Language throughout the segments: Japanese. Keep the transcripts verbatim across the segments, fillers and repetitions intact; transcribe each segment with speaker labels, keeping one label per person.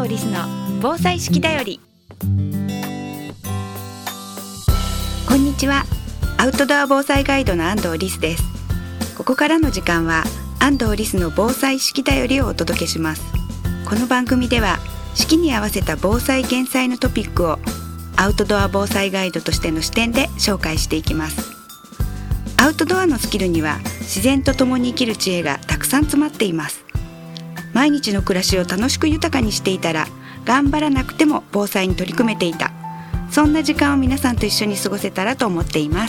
Speaker 1: 藤リスの防災式だより。こんにちは。アウトドア防災ガイドの安藤リスです。ここからの時間は安藤リスの防災式だよりをお届けします。この番組では四季に合わせた防災減災のトピックをアウトドア防災ガイドとしての視点で紹介していきます。アウトドアのスキルには自然と共に生きる知恵がたくさん詰まっています。毎日の暮らしを楽しく豊かにしていたら頑張らなくても防災に取り組めていた、そんな時間を皆さんと一緒に過ごせたらと思っています。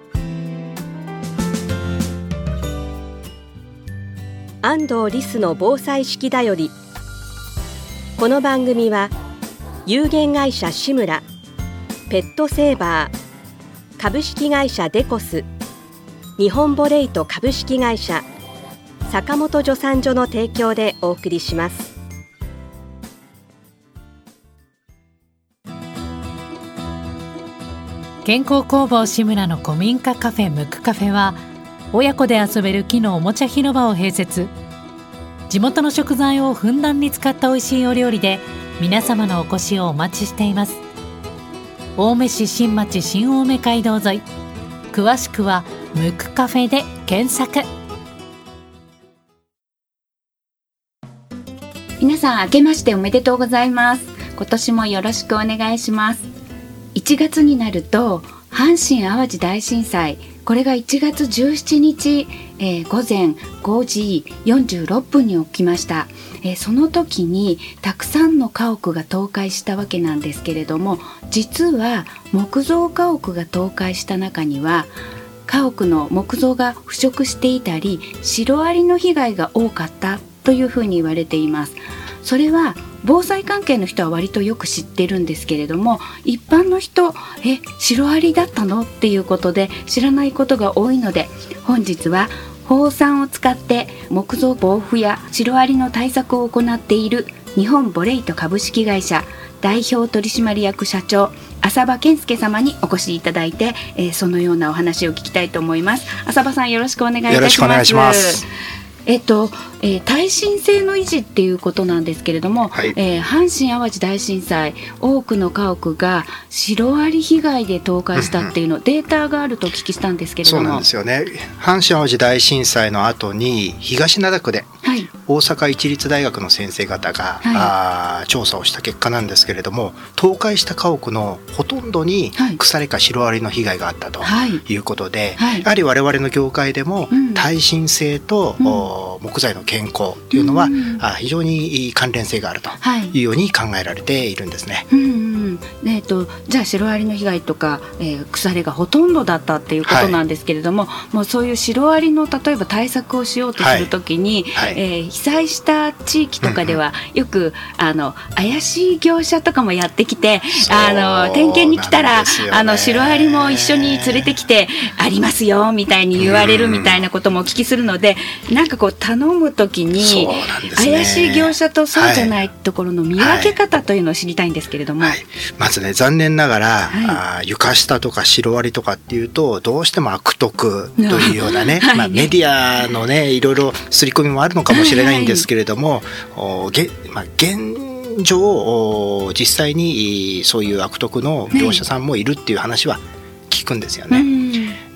Speaker 2: 安藤リスの防災式だより。この番組は有限会社志村、ペットセーバー、株式会社デコス、日本ボレイト株式会社、坂本助産所の提供でお送りします。
Speaker 3: 健康工房志村の古民家カフェムクカフェは、親子で遊べる木のおもちゃ広場を併設。地元の食材をふんだんに使った美味しいお料理で皆様のお越しをお待ちしています。青梅市新町新青梅街道沿い、詳しくはムクカフェで検索。
Speaker 1: 皆さん明けましておめでとうございます。今年もよろしくお願いします。いちがつになると阪神淡路大震災、これがいちがつじゅうしちにち、えー、午前ごじよんじゅうろっぷんに起きました。えー、その時にたくさんの家屋が倒壊したわけなんですけれども、実は木造家屋が倒壊した中には家屋の木造が腐食していたりシロアリの被害が多かったというふうに言われています。それは防災関係の人は割とよく知ってるんですけれども、一般の人、え、シロアリだったのっていうことで知らないことが多いので、本日は放酸を使って木造防腐やシロアリの対策を行っている日本ボレイト株式会社代表取締役社長浅場健介様にお越しいただいて、えー、そのようなお話を聞きたいと思います。浅場さん、よろしくお願いいたします。
Speaker 4: よろしくお願いします。
Speaker 1: えっとえー、耐震性の維持っていうことなんですけれども、はい、えー、阪神・淡路大震災、多くの家屋がシロアリ被害で倒壊したっていうの、うんうん、データがあるとお聞きしたんですけれども。
Speaker 4: そうなんですよね。阪神・淡路大震災の後に東灘区で、はい、大阪市立大学の先生方が、はい、あ調査をした結果なんですけれども、倒壊した家屋のほとんどに腐れかシロアリの被害があったということで、はいはい、やはり我々の業界でも耐震性と、うん、木材の健康というのは、うん、あ非常に関連性があるというように考えられているんですね。
Speaker 1: はい、うんうんえー、とじゃあシロアリの被害とか、えー、腐れがほとんどだったっていうことなんですけれども、はい、もうそういうシロアリの例えば対策をしようとするときに、はいはい、えー、被災した地域とかでは、うんうん、よくあの怪しい業者とかもやってきて、あの点検に来たら、あのシロアリも一緒に連れてきてありますよみたいに言われるみたいなこともお聞きするので、うん、なんかこう頼むときに怪しい業者とそうじゃないところの見分け方というのを知りたいんですけれども、はいはい、
Speaker 4: まずね、残念ながら、はい、あ床下とかシロアリとかっていうとどうしても悪徳というようなね、はい、まあ、メディアのねいろいろ刷り込みもあるのかもしれないんですけれども、はい、げまあ、現状実際にそういう悪徳の業者さんもいるっていう話は聞くんですよね。はい、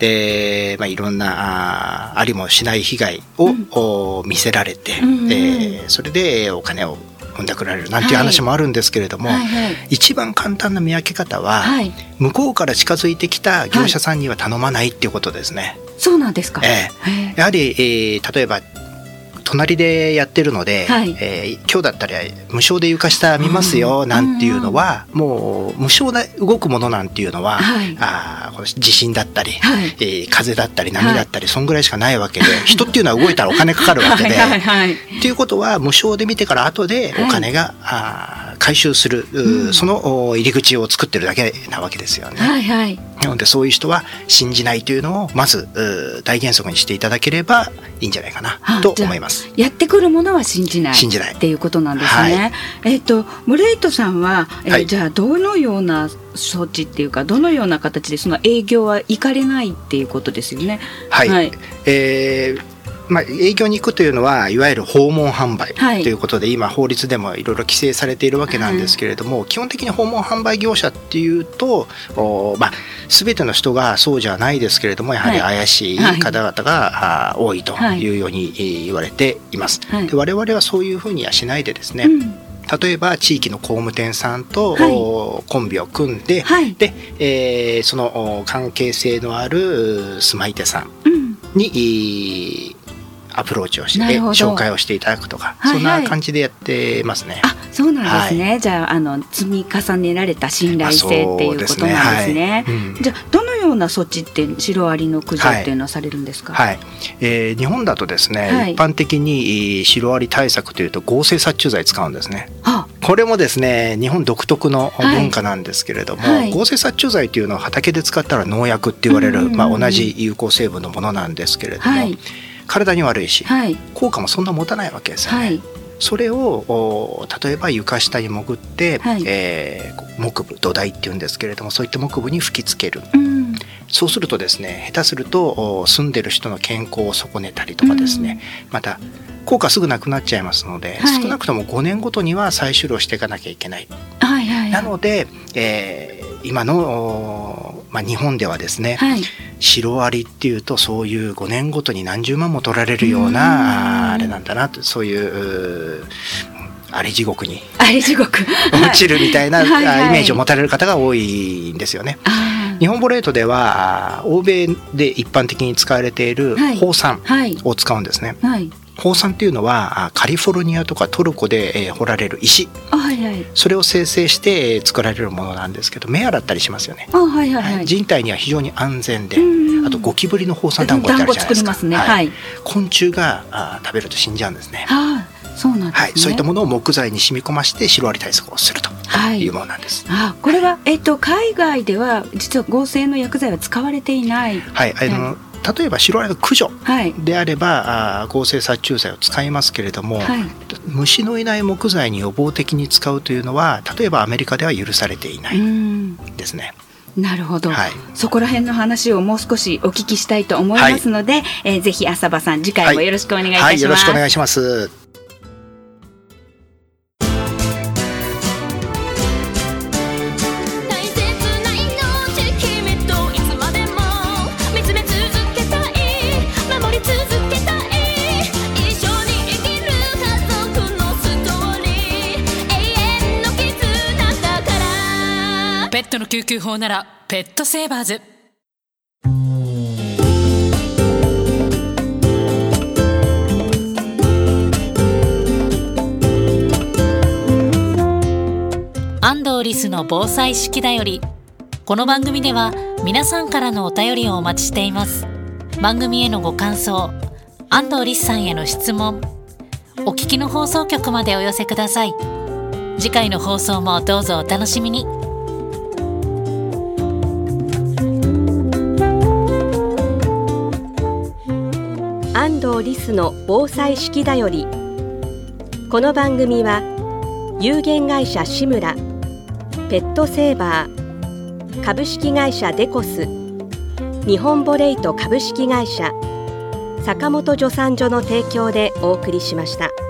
Speaker 4: で、まあ、いろんな あ, ありもしない被害を、うん、見せられて、うん、えー、それでお金を踏んだくられるなんていう話もあるんですけれども、はいはいはい、一番簡単な見分け方は、はい、向こうから近づいてきた業者さんには頼まないっていうことですね。はい、
Speaker 1: そうなんですか。
Speaker 4: えー、やはり、えー、例えば隣でやってるので、はい、えー、今日だったら無償で床下見ますよなんていうのは、うん、もう無償で動くものなんていうのは、はい、あこれ地震だったり、はい、えー、風だったり波だったり、はい、そんぐらいしかないわけで、人っていうのは動いたらお金かかるわけで、はいはいはい、っていうことは無償で見てから後でお金が、はい、あ回収する、うん、その入り口を作ってるだけなわけですよね。はいはい、なのでそういう人は信じないというのをまず大原則にしていただければいいんじゃないかなと思います。
Speaker 1: やってくるものは信じない、
Speaker 4: 信じない
Speaker 1: っていうことなんですね。はい、えっとモレイトさんは、えーはい、じゃあどのような措置っていうかどのような形でその営業は行かれないっていうことですよね。
Speaker 4: はい、はい、えーまあ、営業に行くというのはいわゆる訪問販売ということで、はい、今法律でもいろいろ規制されているわけなんですけれども、はい、基本的に訪問販売業者っていうと、まあ、全ての人がそうじゃないですけれども、やはり怪しい方々が多いというように言われています、はい、で我々はそういうふうにはしないでですね、うん、例えば地域の工務店さんとコンビを組んで、はい、で、えー、その関係性のある住まい手さんに、うんアプローチをして紹介をしていただくとか、はいはい、そんな感じでやってますね。
Speaker 1: あ、そうなんですね、はい、じゃあ、あの積み重ねられた信頼性っていうことなんですね。はいうん、じゃあどのような措置ってシロアリの駆除っていうのはされるんですか？
Speaker 4: はいはい、えー、日本だとですね、はい、一般的にシロアリ対策というと合成殺虫剤使うんですね。はあ、これもですね日本独特の文化なんですけれども、はいはい、合成殺虫剤というのは畑で使ったら農薬って言われる、まあ、同じ有効成分のものなんですけれども、はい体に悪いし、はい、効果もそんな持たないわけですよね。はい、それを例えば床下に潜って、はいえー、木部土台っていうんですけれどもそういった木部に吹きつける、うん、そうするとですね下手すると住んでる人の健康を損ねたりとかですね、うん、また効果すぐなくなっちゃいますので、はい、少なくともごねんごとには再種類していかなきゃいけない、はいはいはい、なので、えー、今の、まあ、日本ではですね、はいシロアリっていうとそういうごねんごとに何十万も取られるようなあれなんだなとそういうアリ地獄に
Speaker 1: アリ地獄
Speaker 4: 落ちるみたいなイメージを持たれる方が多いんですよね。日本ボレートでは欧米で一般的に使われているホウ酸を使うんですね。はいはいホウ酸っていうのはカリフォルニアとかトルコで掘られる石、はいはい、それを生成して作られるものなんですけど目洗ったりしますよね。あ、はいはいはい、人体には非常に安全であとゴキブリのホウ酸団子ってあるじゃないですか。す、ねはいはい、昆虫があ食べると死んじゃうんですね。はあ、そうなんですね。はい、そういったものを木材に染み込ましてシロアリ対策をするというものなんです。
Speaker 1: はい、あこれは、えっと、海外では実は合成の薬剤は使われていない。
Speaker 4: はい、あの、はい例えばシロアリの駆除であれば、はい、あ合成殺虫剤を使いますけれども、はい、虫のいない木材に予防的に使うというのは例えばアメリカでは許されていないですね。
Speaker 1: なるほど、はい、そこら辺の話をもう少しお聞きしたいと思いますので、はいえー、ぜひ浅場さん次回もよろしくお願いいたします。はいはい、よろしくお願いします。
Speaker 3: ペットの救急法ならペットセーバーズ。安藤リスの防災式だより。この番組では皆さんからのお便りをお待ちしています。番組へのご感想、安藤リスさんへの質問、お聞きの放送局までお寄せください。次回の放送もどうぞお楽しみに。
Speaker 2: 安藤リスの防災式だより。この番組は有限会社志村、ペットセーバー、株式会社デコス、日本ボレイト株式会社、坂本助産所の提供でお送りしました。